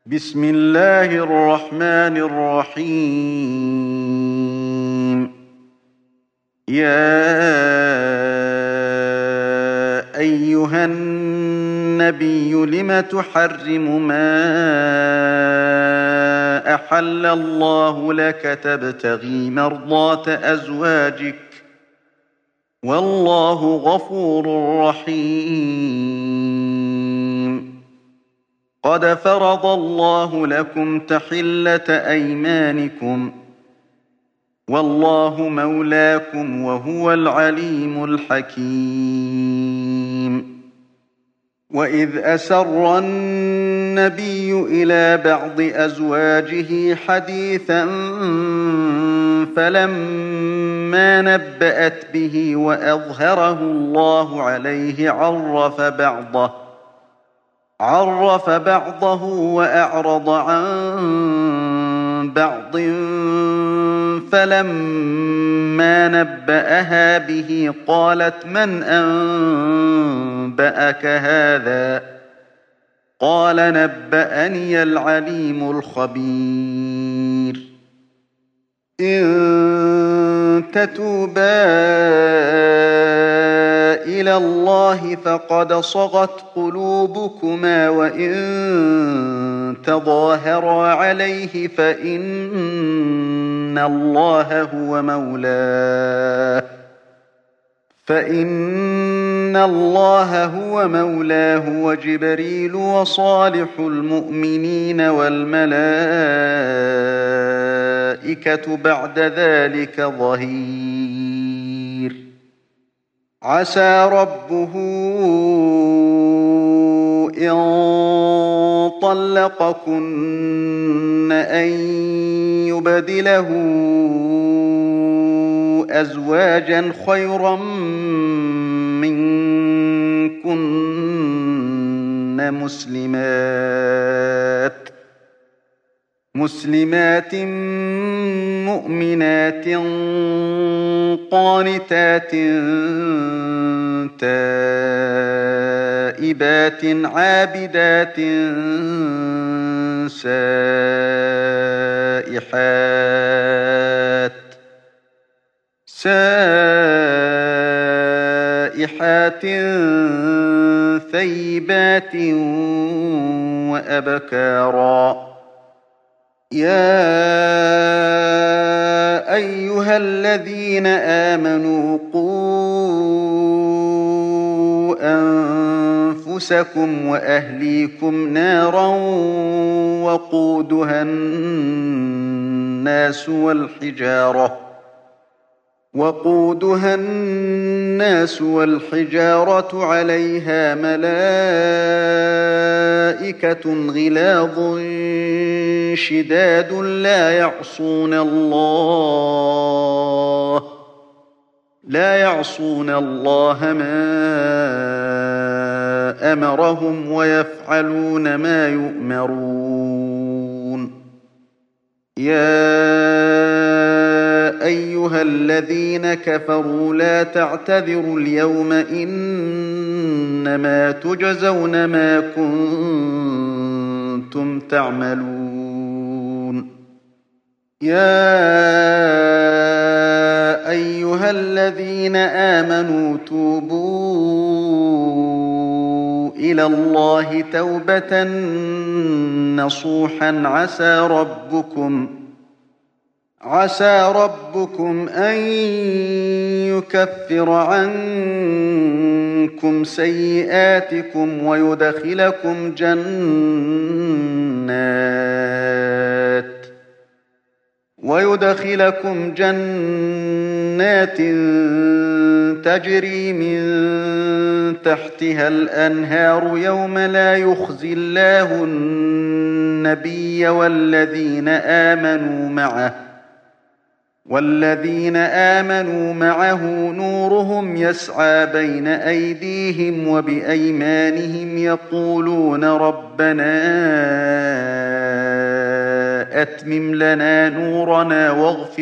بسم الله الرحمن الرحيم. يا أيها النبي لم تحرم ما أحل الله لك تبتغي مرضات أزواجك والله غفور رحيم. قد فرض الله لكم تحلة أيمانكم والله مولاكم وهو العليم الحكيم. وإذ أسر النبي إلى بعض أزواجه حديثا فلما نبأت به وأظهره الله عليه عرف بعضه وأعرض عن بعض فلما نبأها به قالت من أنبأك هذا قال نبأني العليم الخبير. إن تتوبا إلى الله فقد صغت قلوبكما وإن تظاهرا عليه فإن الله هو مولاه وجبريل وصالح المؤمنين والملائكة بعد ذلك ظهير. عسى ربه إن طلقكن أن يبدله أزواجا خيرا منكن مسلمات مؤمنات قانتات تائبات عابدات سائحات ثيبات وأبكارا. يا أيها الذين آمنوا قوا أنفسكم وأهليكم نارا وقودها الناس والحجارة عليها ملائكة غلاظ شداد لا يعصون الله ما أمرهم ويفعلون ما يؤمرون. يا أيها الذين كفروا لا تعتذروا اليوم إنما تجزون ما كنتم تعملون. يا أيها الذين آمنوا توبوا إلى الله توبة نصوحا عسى ربكم أن يكفر عنكم سيئاتكم ويدخلكم جنات تجري من تحتها الأنهار يوم لا يخزي الله النبي والذين آمنوا معه نورهم يسعى بين أيديهم وبأيمانهم يقولون ربنا أتمم لنا نورنا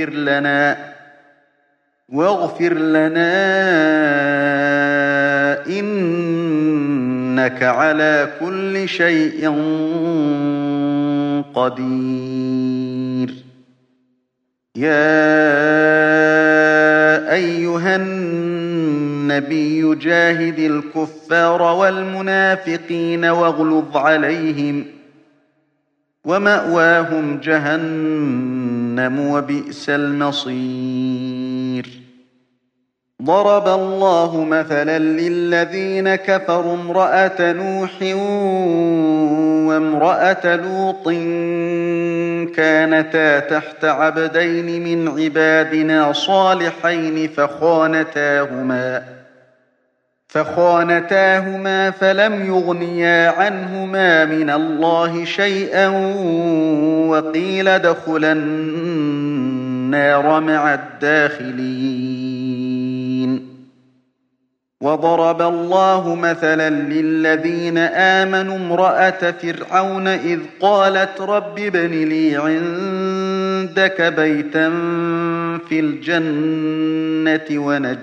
واغفر لنا إن إنك على كل شيء قدير يا أيها النبي جاهد الكفار والمنافقين واغلظ عليهم ومأواهم جهنم وبئس المصير ضرب الله مثلا للذين كفروا امرأة نوح وامرأة لوط كانتا تحت عبدين من عبادنا صالحين فخانتاهما فلم يغنيا عنهما من الله شيئا وقيل ادخلا النار مع الداخلين وضرب الله مثلا للذين آمنوا امرأة فرعون إذ قالت رب ابن لي عندك بيتا في الجنة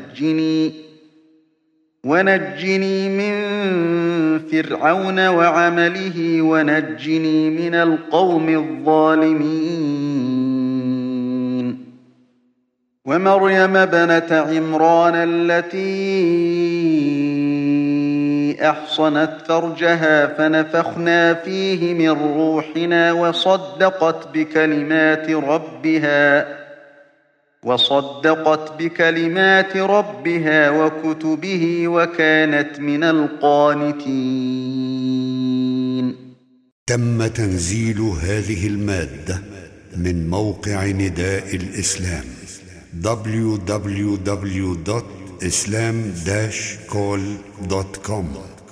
ونجني من فرعون وعمله ونجني من القوم الظالمين ومريم ابنة عمران التي أحصنت فرجها فنفخنا فيه من روحنا وصدقت بكلمات ربها وكتبه وكانت من القانتين. تم تنزيل هذه المادة من موقع نداء الإسلام www.islam-call.com